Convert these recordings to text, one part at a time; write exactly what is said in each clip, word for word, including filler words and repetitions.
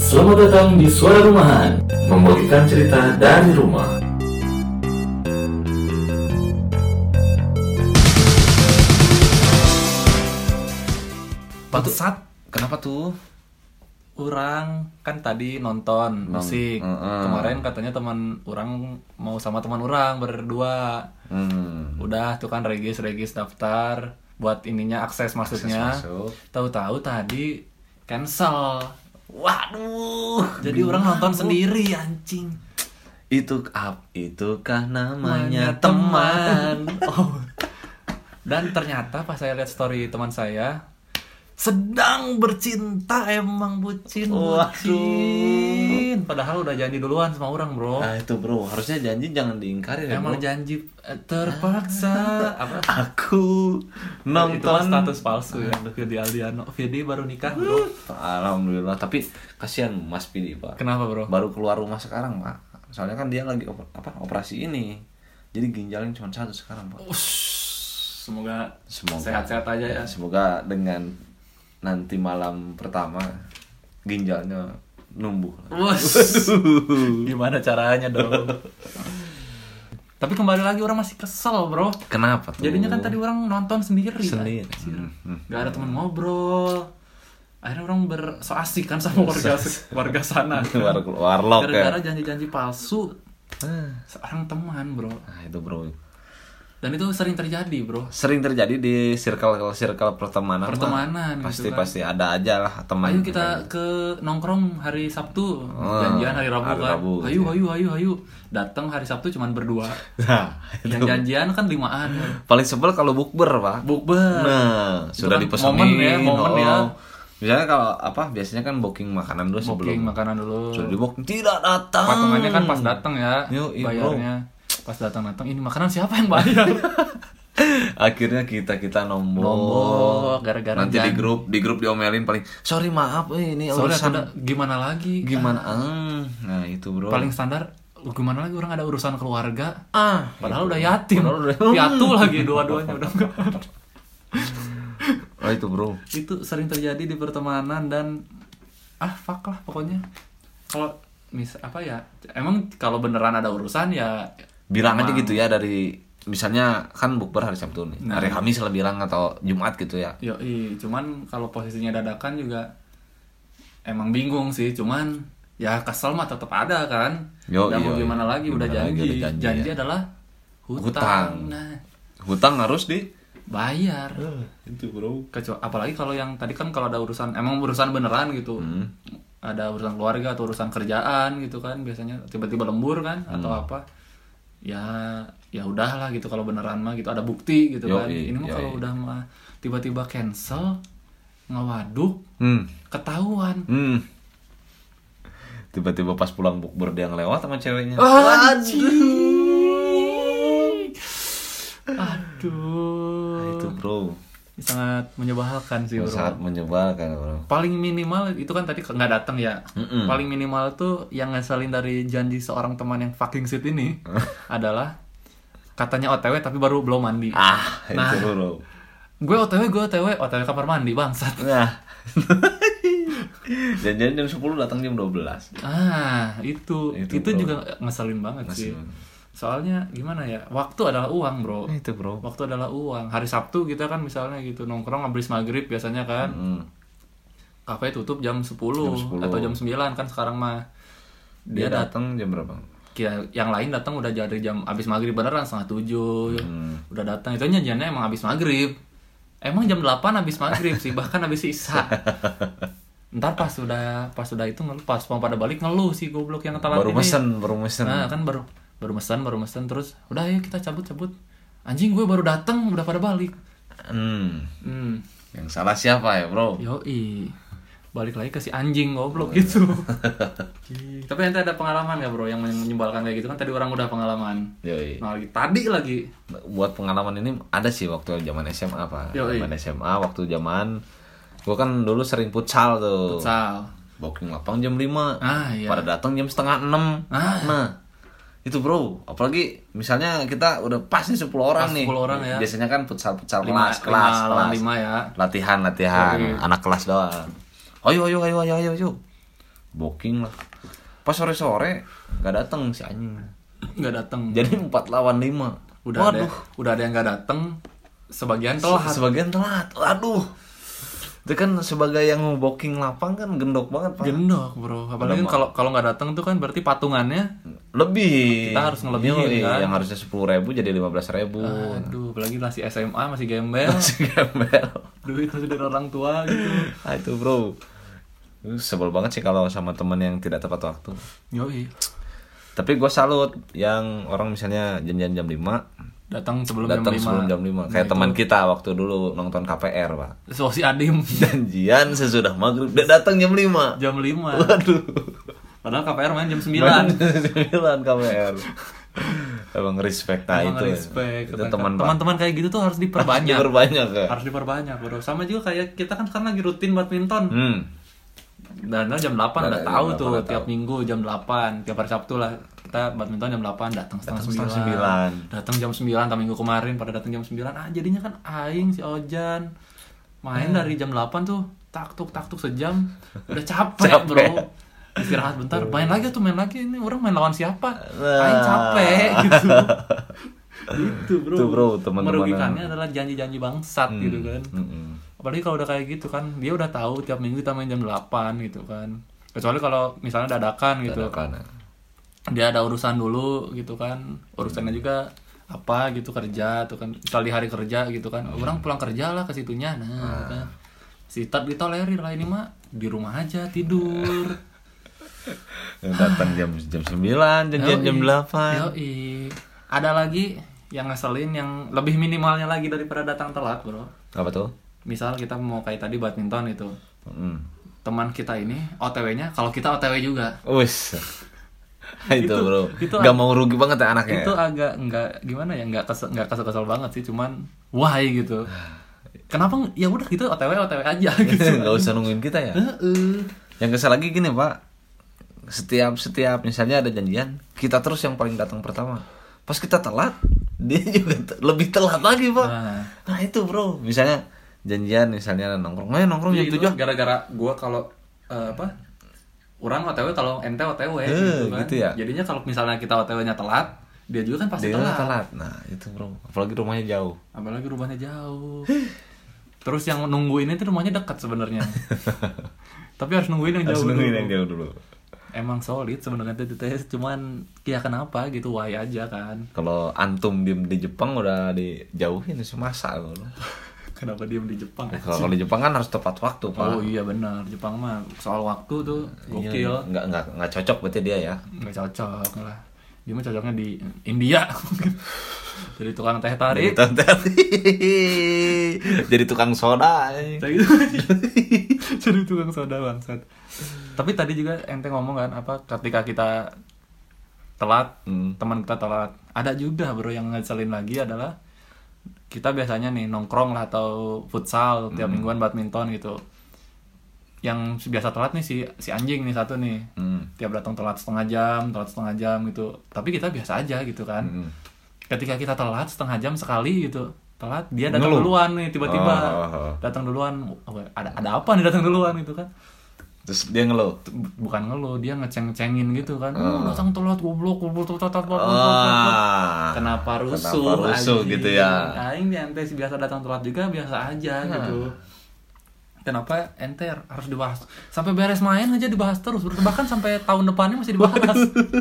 Selamat datang di Suara Rumahan, membagikan cerita dari rumah. Bangsat, kenapa tuh? Orang kan tadi nonton Nong- musik. uh-uh. Kemarin katanya teman orang mau sama teman orang berdua. Hmm. Udah tuh kan regis regis daftar buat ininya akses masuknya. Akses masuk. Tahu-tahu tadi cancel. Waduh, jadi orang nonton sendiri anjing. Itu up, itukah Namanya namanya teman? Oh. Dan ternyata pas saya lihat story teman saya sedang bercinta, emang bucin, bucin. Padahal udah janji duluan sama orang, bro. Nah itu bro, harusnya janji jangan diingkari ya Emang bro. janji eh, terpaksa. Apa? Aku Itu mah nonton. status palsu ya. Vidi Aldiano, Vidi baru nikah, bro. Alhamdulillah, tapi kasihan Mas Pidi pak. Kenapa, bro? Baru keluar rumah sekarang pak. Soalnya kan dia lagi op- apa operasi ini. Jadi ginjalnya cuma satu sekarang pak. Ush, semoga, Semoga sehat-sehat aja ya. Semoga dengan nanti malam pertama ginjalnya numbuh. Wush. Gimana caranya dong? Tapi kembali lagi orang masih kesel, bro. Kenapa tuh? Jadinya kan tadi orang nonton sendiri. Sendiri. Anjir. Hmm. Gak ada teman ngobrol. Akhirnya orang berso asik kan sama warga warga sana. War warlock ya. Gara-gara janji-janji palsu Ah, seorang teman, bro. Nah, itu bro. Dan itu sering terjadi, bro. Sering terjadi di circle circle pertemanan. mah. Pertemanan gitu Pasti kan. pasti ada aja lah teman. Ayo kita ke nongkrong hari Sabtu, Oh, janjian hari Rabu hari kan. Rabu, Ayo, gitu ayo, ayo, ayo. Datang hari Sabtu cuman berdua. Nah, Yang itu janjian kan limaan. paling sebel kalau bukber pak. Bukber. Nah, Itu sudah kan dipesenin. momen ya, momen ya. Misalnya kalau apa biasanya kan booking makanan dulu Booking sebelum. makanan dulu. Sudah di booking tidak datang. Patungannya kan pas datang ya, Yoi, bayarnya. Pas datang-datang ini makanan siapa yang bayar? Akhirnya kita kita nombok. Nombok, gara-gara nanti di jan- grup di grup diomelin paling sorry maaf eh, ini Soalnya urusan udah gimana lagi? gimana ah. Nah itu bro Paling standar gimana lagi orang ada urusan keluarga. ah Padahal itu. udah yatim. Padahal udah- Piatu lagi dua-duanya udah enggak. oh itu bro Itu sering terjadi di pertemanan dan ah fuck lah pokoknya. Kalau mis apa ya? Emang kalau beneran ada urusan ya bilang aja emang- gitu ya dari misalnya kan bukber hari Sabtu nih Nah. hari Kamis lah bilang atau Jumat gitu ya Yoi, cuman kalau posisinya dadakan juga emang bingung sih, cuman ya kesel mah tetap ada kan. Yo, Dan mau iya, gimana iya. lagi udah Gimana lagi, janji. udah janji, Janji ya. adalah hutang. Hutang. Nah, hutang harus di bayar. itu bro Kecuali apalagi kalau yang tadi kan kalau ada urusan emang urusan beneran gitu. Hmm. Ada urusan keluarga atau urusan kerjaan gitu kan, biasanya tiba-tiba lembur kan Hmm. atau apa. Ya ya udahlah gitu kalau beneran mah gitu ada bukti gitu kan. Yoi, Ini mah yoi. kalau udah mah tiba-tiba cancel ngewaduk hmm. ketahuan. Hmm. Tiba-tiba pas pulang bukber dia ngelewat sama ceweknya Anjing. Aduh. nah, itu bro Sangat menyebalkan sih, bro. sangat menyebalkan bro Paling minimal itu kan tadi nggak datang ya. Mm-mm. Paling minimal tuh yang ngeselin dari janji seorang teman yang fucking shit ini adalah katanya O T W tapi baru belum mandi. ah Nah. itu bro Gue O T W, gue O T W, O T W kamar mandi bangsat. nah janjian jam sepuluh datang jam dua belas Ah, itu Itu, itu, bro. juga ngeselin banget sih. Ngeselin. Soalnya gimana ya? Waktu adalah uang, bro. itu bro Waktu adalah uang. Hari Sabtu kita kan misalnya gitu nongkrong habis maghrib biasanya kan. hmm. Kafe tutup jam sepuluh, Jam sepuluh. atau jam sembilan kan sekarang mah. dia Dia dat datang jam berapa kira yang lain datang udah jadi jam habis maghrib beneran setengah tujuh. Hmm. Udah datang itu janjiannya emang habis maghrib. Emang jam delapan habis maghrib sih, bahkan habis isya. Ntar pas sudah pas sudah itu ngeluh, pas mau pada balik ngeluh sih goblok yang telat baru ini. mesen baru mesen Nah, kan baru baru mesen, baru mesen terus udah ayo kita cabut-cabut. Anjing gue baru datang udah pada balik. hmm. Hmm. yang salah siapa ya bro Yoi. Balik lagi ke si anjing goblok gitu. Tapi nanti ada pengalaman gak bro yang menyebalkan kayak gitu kan tadi orang udah pengalaman. Yoi. Nah, lagi tadi lagi. Buat pengalaman ini ada sih waktu zaman S M A apa Yoi. zaman S M A waktu zaman gua kan dulu sering futsal tuh Futsal. booking lapang jam lima Ah, iya. pada datang jam setengah enam Ah. nah itu bro apalagi misalnya kita udah pas nih sepuluh orang Pas nih sepuluh orang ya. biasanya kan futsal futsal Lima- kelas kelas lima lawan kelas lima ya. latihan latihan Yoi. anak kelas doang ayo ayo ayo ayo ayo ayo booking lah. Pas sore-sore nggak datang si anjing. Nggak datang. Jadi empat lawan lima. Udah Waduh. ada, udah ada yang nggak datang. Sebagian telat. Sebagian telat. Waduh. Itu kan sebagai yang mau booking lapang kan gendok banget, Pak. Gendok, Bro. Apalagi kan kalau kalau nggak datang tuh kan berarti patungannya lebih. kita harus ngelebihin Yoi, kan. Yang harusnya sepuluh ribu jadi lima belas ribu. Aduh, apalagi masih S M A, masih gembel. Masih gembel. Duit masih dari orang tua gitu. Ah itu, Bro. Itu sebel banget sih kalau sama teman yang tidak tepat waktu. Yoi. Tapi gue salut yang orang misalnya janjian jam lima Datang sebelum datang jam lima. sebelum jam lima. Kayak Nah, teman itu. kita waktu dulu nonton K P R, Pak. So, si Adim Janjian sesudah maghrib dia datang jam lima. jam lima. Waduh. Padahal K P R main jam sembilan. sembilan K P R. Emang respect nah Emang itu. respect. Itu teman Teman-teman kayak gitu tuh harus diperbanyak. Diperbanyak ya. Harus diperbanyak, Bro. Sama juga kayak kita kan sekarang lagi rutin badminton. Hmm. Dan jam delapan Dan udah jam tahu delapan tuh udah tiap tahu. minggu jam delapan, tiap hari Sabtu lah kita badminton jam delapan, datang setengah Datang setengah sembilan. sembilan. Datang jam sembilan, tahun minggu kemarin pada datang jam sembilan. Ah, jadinya kan aing si Ojan main dari jam delapan tuh tak tuk tak tuk sejam udah capek, Capek. Bro. Istirahat bentar, main lagi tuh, main lagi. Ini orang main lawan siapa? Nah. Aing capek gitu. Gitu, Bro. Itu, Bro, teman-teman. Merugikannya adalah janji-janji bangsat Hmm. gitu kan. Mm-mm. Apalagi kalau udah kayak gitu kan, dia udah tahu tiap minggu kita main jam delapan gitu kan. Kecuali kalau misalnya dadakan gitu. Dadakan. Dia ada urusan dulu gitu kan. Urusannya juga apa gitu, kerja tuh kan. Misal di hari kerja gitu kan. Orang pulang kerja lah ke situnya. Nah, gitu kan. Si Tat ditolerir lah, ini mah di rumah aja tidur. Yang datang jam jam sembilan, janjian jam Yoi. delapan. Yoi. Ada lagi yang ngeselin yang lebih minimalnya lagi daripada datang telat, Bro. Apa tuh? Misal kita mau kayak tadi badminton itu. Mm. Teman kita ini O T W-nya kalau kita O T W juga. Wis. itu, Itu- Bro. itu Gak ag- mau rugi banget ya anaknya. Itu agak enggak gimana ya, enggak kesel, enggak kesel-kesel banget sih, cuman why gitu. Kenapa nge- ya udah gitu O T W O T W aja gitu. Gak usah nungguin kita ya. Heeh. Yang kesel lagi gini, Pak. Setiap setiap misalnya ada janjian, kita terus yang paling datang pertama. Pas kita telat, dia juga te- lebih telat lagi, Pak. Nah. Nah, itu, Bro. Misalnya janjian misalnya nongkrong, "Eh, nongkrong jam Itu tujuh." gara-gara gua kalau eh, apa? Orang O T W kalau ente O T W Eh, gitu kan. gitu ya. Jadinya kalau misalnya kita O T W-nya telat, dia juga kan pasti Dia telat. telat. Nah, itu, Bro. Apalagi rumahnya jauh. Apalagi rumahnya jauh. Terus yang nungguin itu rumahnya dekat sebenarnya. Tapi harus nungguin yang Harus jauh nungguin dulu. yang jauh dulu. Emang solid sebenarnya itu tes, cuman ya kenapa gitu, why aja kan. Kalau antum diem di Jepang udah dijauhin semasa loh. Kenapa diem di Jepang? Kalau di Jepang kan harus tepat waktu, Pak. Oh iya benar, Jepang mah soal waktu tuh gokil. Iya, nggak nggak nggak cocok berarti dia ya. Nggak cocok lah. Dia mah cocoknya di India. Jadi tukang teh tarik. Jadi tukang soda. Kayak gitu. Jadi tukang soda bangsat. Tapi tadi juga ente ngomong kan apa ketika kita telat, Hmm. teman kita telat. Ada juga, Bro, yang ngeselin lagi adalah kita biasanya nih nongkrong lah atau futsal tiap Hmm. mingguan badminton gitu. Yang biasa telat nih si si anjing nih satu nih. Hmm. Tiap datang telat setengah jam, telat setengah jam gitu. Tapi kita biasa aja gitu kan. Hmm. Ketika kita telat setengah jam sekali gitu, telat dia datang Ngeluh. duluan nih tiba-tiba. Oh, oh, oh. Datang duluan. Oh, ada ada apa nih datang duluan gitu kan. Terus dia ngeluh. Bukan ngeluh, dia ngeceng-cengin gitu kan. Oh. Oh, datang telat goblok, goblok, telat, telat, telat, telat, telat. Ah. Kenapa rusuh? Kenapa rusuh anjing? gitu ya? Aing di ente biasa datang telat juga biasa aja Nah. gitu. Kenapa ente harus dibahas? Sampai beres main aja dibahas terus, bahkan sampai tahun depannya masih dibahas.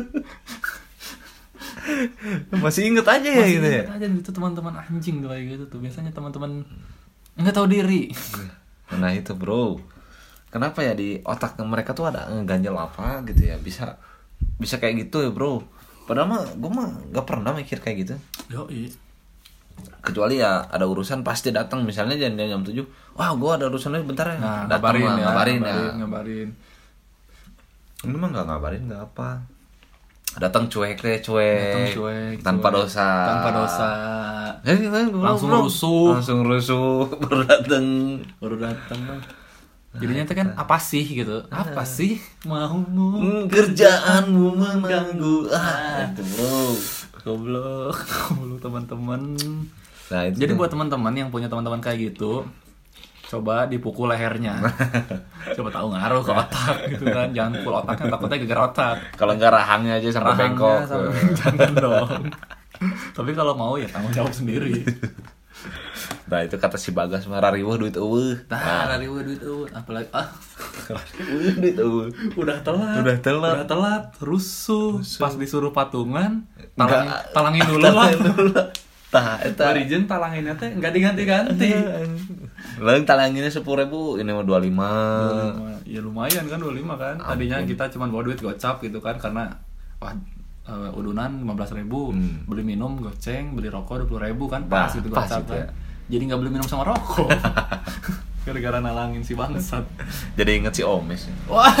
Masih inget aja ya Masih gitu ya. ingat aja gitu teman-teman anjing tuh kayak gitu tuh. Biasanya teman-teman nggak tahu diri. Nah itu, Bro. Kenapa ya di otak mereka tuh ada ngeganjel apa gitu ya? Bisa bisa kayak gitu ya, Bro. Padahal mah gue mah gak pernah mikir kayak gitu. Yoi. Kecuali ya ada urusan pasti datang, misalnya jam jam tujuh. Wah, gue ada urusannya bentar ya. Nah, datang ngabarin mah, ya, ngabarin, ngabarin, ya. ngabarin. Ini mah gak ngabarin, gak apa. Datang cuek deh, cuek. Datang cuek, Tanpa cuek. dosa. Tanpa dosa. Eh, eh, bro, Langsung bro. rusuh. Langsung rusuh. Baru datang. Baru datang bang. Jadinya itu kan apa sih gitu? Apa sih maumu? Hmm, kerjaanmu mengganggu. Ah, itu, Bro. Goblok, goblok teman-teman. Nah, itu Jadi tuh. buat teman-teman yang punya teman-teman kayak gitu, coba dipukul lehernya. Coba tahu ngaruh ke otak gitu kan. Jangan pukul otaknya, takutnya geger otak. Kalau enggak rahangnya aja sampai Rahangnya bengkok. sampai- jangan dong. Tapi kalau mau ya tanggung jawab sendiri. Nah itu kata si Bagas mah rariweuh duit eueuh. Nah, dari duit eueuh, apalagi ah Rariweuh duit eueuh. udah telat. Udah telat. Udah telat, rusuh. Pas disuruh patungan, Enggak. talangin, talangin dulu lah. Tah eta Barijen talanginnya teh enggak diganti-ganti. Lain talanginnya sepuluh ribu, ini mah dua puluh lima. Ya lumayan kan dua puluh lima kan. Tadinya kita cuma bawa duit gocap gitu kan karena wah eh, udunan lima belas ribu, Hmm. beli minum goceng, beli rokok dua puluh ribu kan pas Nah, gitu pas gocap gitu kan. ya. Jadi nggak beli minum sama rokok. Gara-gara nalangin si bangsat. Jadi inget si Omes. Wah.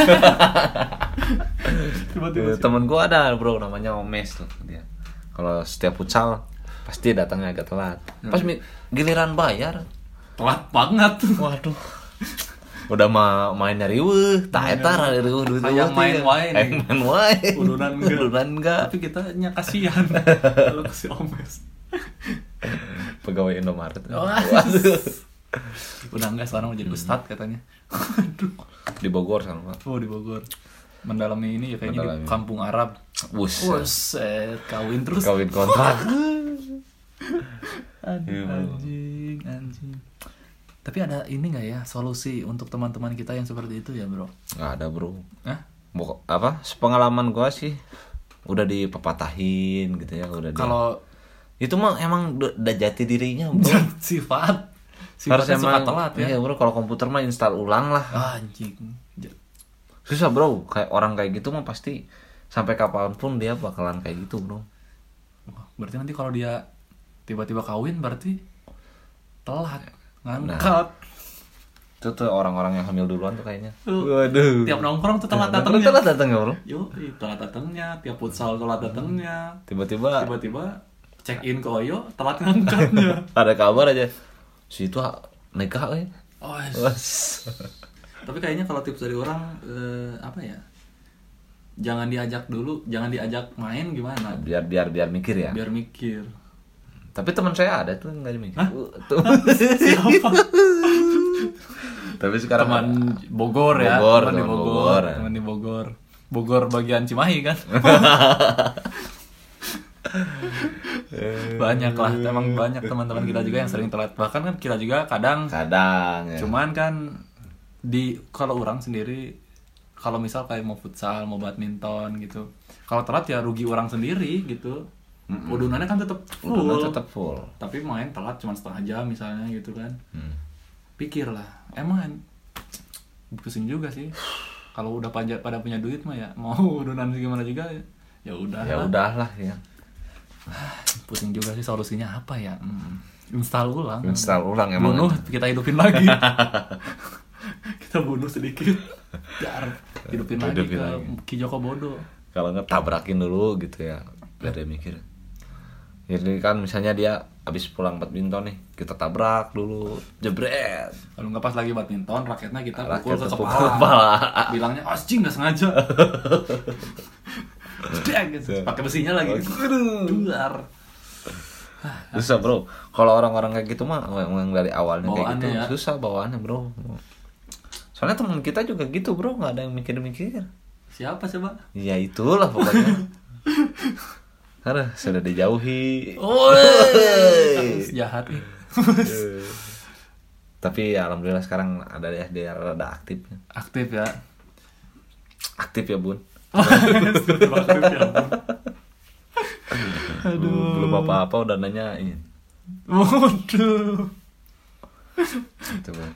Tiba-tiba si- Temen gua ada bro namanya Omes tuh dia. Kalau setiap futsal pasti datangnya agak telat. Pas mi- giliran bayar, telat banget. waduh. Udah ma mainnya riweuh, tah eta riweuh duit Hayang main wae nih. Hayang main wae. Udunan enggak. Udunan enggak. Tapi kita nya kasihan kalau ke si Omes. Pegawai Indomaret. Wah. Waduh. Udah enggak sekarang mau jadi ustad katanya. Aduh. Di Bogor sama. Oh di Bogor. Mendalami ini ya kayaknya Mendalami. di kampung Arab. Bus. Buset, kawin terus. Kawin kontrak. Aduh, Iya, anjing, anjing. Tapi ada ini nggak ya solusi untuk teman-teman kita yang seperti itu ya bro? Nggak ada bro. Hah? Bok- apa? Sepengalaman gua sih udah dipepatahin gitu ya, udah. di- Kalau itu mah emang udah udah jati dirinya bro. sifat, Harus sifatnya suka emang telat ya. Iya bro, kalau komputer mah install ulang lah. Ah, anjing. J- Susah bro, kayak orang kayak gitu mah pasti sampai kapanpun dia bakalan kayak gitu bro. Wah, berarti nanti kalau dia tiba-tiba kawin berarti telat Nah. ngangkat. Itu tuh orang-orang yang hamil duluan tuh kayaknya. Tuh, Waduh. Tiap nongkrong tuh telat Datang datangnya. telat datang ya bro. Yo, telat datangnya, tiap futsal telat datangnya. Tiba-tiba Tiba-tiba check in ke Oyo, telat ngangkatnya. ada kabar aja. Si itu ha- nikah eh. Oh, Was. tapi kayaknya kalau tips dari orang eh, apa ya? Jangan diajak dulu, jangan diajak main gimana? Biar biar biar mikir ya. Biar mikir. Tapi teman saya ada tuh nggak dimikir. Hah? Uh, tuh. Siapa? Tapi sekarang Teman Bogor ya, Bogor, teman di teman Bogor, Bogor, ya. teman di Bogor. Bogor bagian Cimahi kan? Banyak lah, emang banyak teman-teman kita juga yang sering telat. Bahkan kan kita juga kadang kadang ya. cuman kan di kalau orang sendiri kalau misal kayak mau futsal, mau badminton gitu. Kalau telat ya rugi orang sendiri gitu. Mm-mm. Udunannya kan tetap full. Udah tetap full. Tapi main telat cuma setengah jam misalnya gitu kan. Hmm. Pikirlah, emang pusing juga sih. Kalau udah pada pada punya duit mah ya mau udunan gimana juga ya udah. Ya udahlah ya. Pusing juga sih solusinya apa ya? Hmm. Install ulang. Install ulang emang. Bunuh, kita hidupin lagi. Kita bunuh sedikit. Dar, hidupin, Hidupin lagi lagi. ke Ki Joko Bodo. Kalau nggak tabrakin dulu gitu ya. Biar dia mikir. Jadi kan misalnya dia habis pulang badminton nih, kita tabrak dulu, jebret. Kalau nggak pas lagi badminton, raketnya kita pukul Raket ke pukul kepala. kepala. Bilangnya, anjing nggak sengaja. Jedek, gitu. Pakai besinya lagi. Duar. Susah bro. Kalau orang-orang kayak gitu mah memang dari awalnya kayak Bawaannya gitu ya. susah bawaannya bro. Soalnya teman kita juga gitu bro, nggak ada yang mikir-mikir. Siapa coba? Ya itulah pokoknya. Aduh, sudah dijauhi. Woi, jahat nih. Tapi ya, alhamdulillah sekarang ada ya dia rada aktif. Aktif ya. Aktif ya bun. Aktif ya, ampun. Aduh. Belum apa-apa udah nanyain. Waduh. Gitu, Bun.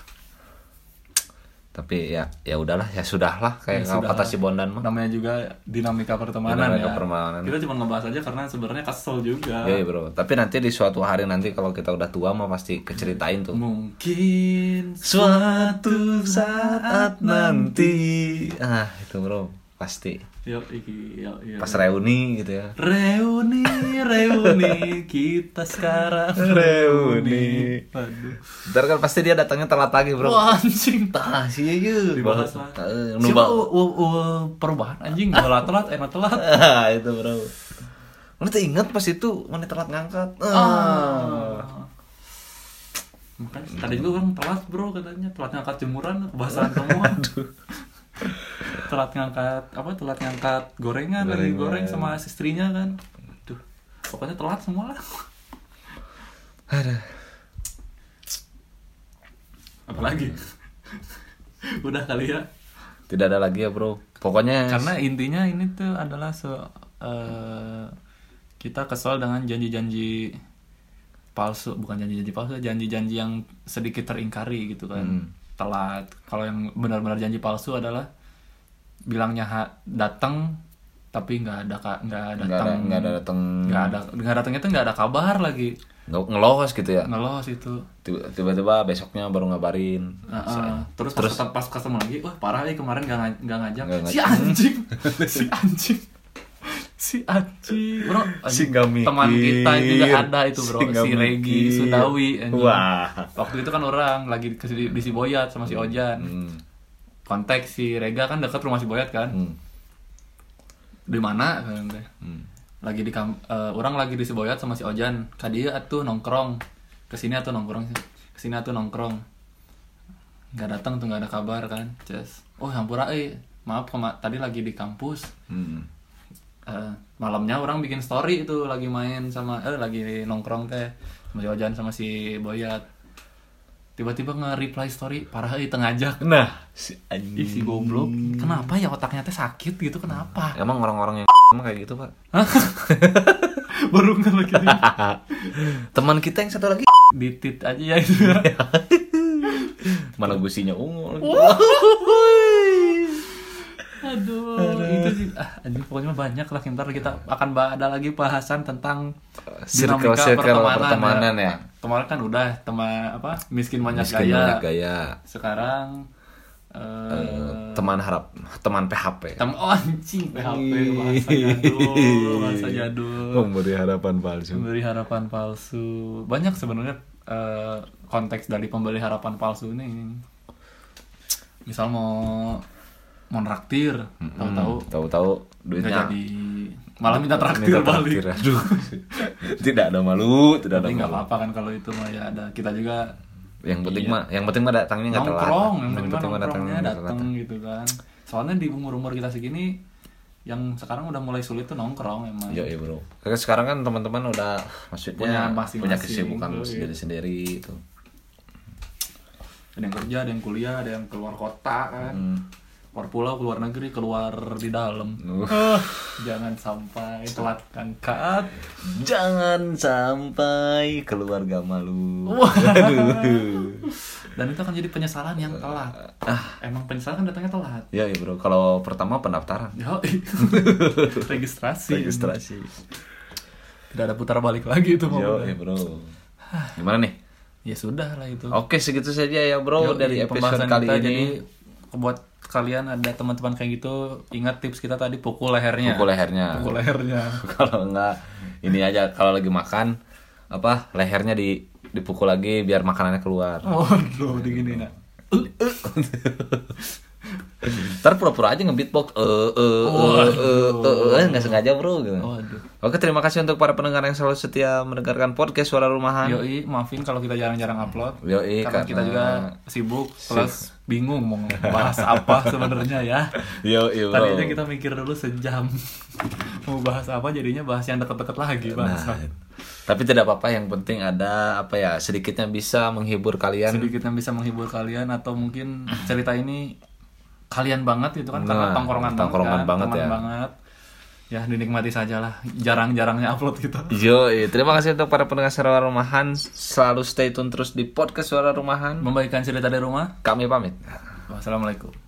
Tapi ya ya udahlah ya sudahlah kayak Ya kata si Bondan mah. Namanya juga dinamika pertemanan Dinamika ya. pertemanan. Kita cuma ngebahas aja karena sebenarnya kesel juga. Ya, bro. Tapi nanti di suatu hari nanti kalau kita udah tua mah pasti keceritain tuh. Mungkin Suatu saat nanti. Ah, itu bro, pasti. Yuk, iki, yuk, yuk. Pas reuni gitu ya. Reuni, reuni, kita sekarang Reuni. Aduh. Ntar kan pasti dia datangnya telat lagi, bro. Wah, anjing. Tah, sih ya. Dibahas lah. Eh, Siapa nuba- u- u- u- perubahan anjing telat telat enak telat. Ah, itu bro. Mana tuh ingat pas itu mana telat ngangkat. Ah. Ah. Makanya tadi juga orang telat bro katanya, telat ngangkat jemuran, kebasahan semua. Telat ngangkat apa? Telat ngangkat gorengan, lagi goreng sama istrinya kan. Duh, pokoknya telat semua lah. Aduh. Apalagi? Udah kali ya. Tidak ada lagi ya bro. Pokoknya karena intinya ini tuh adalah se uh, kita kesal dengan janji-janji palsu, bukan janji-janji palsu, janji-janji yang sedikit teringkari gitu kan. Hmm. Telat. Kalau yang benar-benar janji palsu adalah bilangnya ha- datang tapi nggak ada nggak datang nggak ada datang nggak ada nggak datangnya tuh nggak ada kabar lagi, ngelos gitu ya, ngelos itu tiba-tiba besoknya baru ngabarin. Uh-uh. terus terus pas, pas ketemu lagi, wah parah nih kemarin nggak nggak ngajak gak si anjing si anjing si anjing bro, si gak teman kita juga ada itu bro, si, si Regi Sudawi anjing. Wah, waktu itu kan orang lagi di, di si Boyat sama si Ojan. hmm. Konteks si Rega kan dekat rumah si Boyat kan. hmm. Di mana kan teh? Hmm. Lagi di kam- uh, orang lagi di si Boyat sama si Ojan. Kadieu atuh nongkrong. Kesini atuh nongkrong. Kesini atuh nongkrong. Enggak datang tuh, enggak ada kabar kan. Ces. Oh, hampura euy. Maaf kema- tadi lagi di kampus. Hmm. Uh, malamnya orang bikin story itu lagi main sama eh lagi nongkrong teh sama si Ojan sama si Boyat. Tiba-tiba nge-reply story, parah euy teu ngajak. Nah, si anjing. Ih, si goblok. Kenapa ya otaknya teh sakit gitu, kenapa? Emang orang-orang yang emang kayak gitu, Pak? Baru enggak lagi. Teman kita yang satu lagi ditit aja ya itu. Mana gusinya ungu. Aduh, Aduh, itu sih ah anjing pokoknya banyak lah. Ntar kita akan ada lagi bahasan tentang circle circle pertemanan ya. ya. Kemarin kan udah teman apa miskin banyak miskin gaya. Banyak gaya. Sekarang uh, uh, teman harap teman P H P. Tem oh anjing P H P bahasa jadul, bahasa jadul. Memberi harapan palsu. Memberi harapan palsu. Banyak sebenarnya uh, konteks dari pemberi harapan palsu ini. Misal mau mau traktir, tahu-tahu tahu-tahu duitnya jadi malah minta traktir balik. Aduh. Tidak ada malu, tidak ada. Tapi nggak apa-apa kan kalau itu mah ya ada kita juga. Yang penting iya. mah, yang penting mah datangnya nggak telat. Nongkrong, yang penting mah datangnya datang gitu kan. Soalnya di umur-umur kita segini, yang sekarang udah mulai sulit tuh nongkrong emang. Iya iya bro. Karena sekarang kan teman-teman udah maksudnya punya, punya kesibukan sendiri-sendiri itu. Ada yang kerja, ada yang kuliah, ada yang keluar kota kan. Hmm. Keluar pulau, keluar negeri, keluar di dalam. Uh. Jangan sampai telat angkat. Jangan sampai keluarga malu. Dan itu akan jadi penyesalan yang telat. Ah. Emang penyesalan kan datangnya telat. Iya iya bro. Kalau pertama pendaftaran. Yo. Registrasi. Registrasi. Tidak ada putar balik lagi itu mau. Yo iya bro. Gimana nih? Ya sudah lah itu. Oke segitu saja ya bro. Yo, dari episode kali ini. Jadi buat kalian ada teman-teman kayak gitu, ingat tips kita tadi, pukul lehernya. Pukul lehernya. Pukul lehernya. Kalau enggak ini aja, kalau lagi makan apa lehernya di dipukul lagi biar makanannya keluar. Waduh, diginiin nak. Ntar pura-pura aja nge-beatbox eh eh eh eh nggak sengaja bro gitu. Waduh. Oke, terima kasih untuk para pendengar yang selalu setia mendengarkan podcast Suara Rumahan. Yoi, maafin kalau kita jarang-jarang upload. Yoi, karena, karena kita juga sibuk plus bingung mau bahas apa sebenarnya ya. Yoi, bro. Tadinya kita mikir dulu sejam mau bahas apa, jadinya bahas yang deket-deket lagi bahasa. Nah, tapi tidak apa-apa, yang penting ada apa ya, sedikitnya bisa menghibur kalian. Sedikitnya bisa menghibur kalian, atau mungkin cerita ini kalian banget gitu kan, nah, karena tongkrongan, tongkrongan banget, banget ya. banget. Ya dinikmati saja lah, jarang-jarangnya upload kita. Yo, terima kasih untuk para pendengar Suara Rumahan. Selalu stay tune terus di podcast Suara Rumahan. Membagikan cerita dari rumah. Kami pamit. Wassalamualaikum.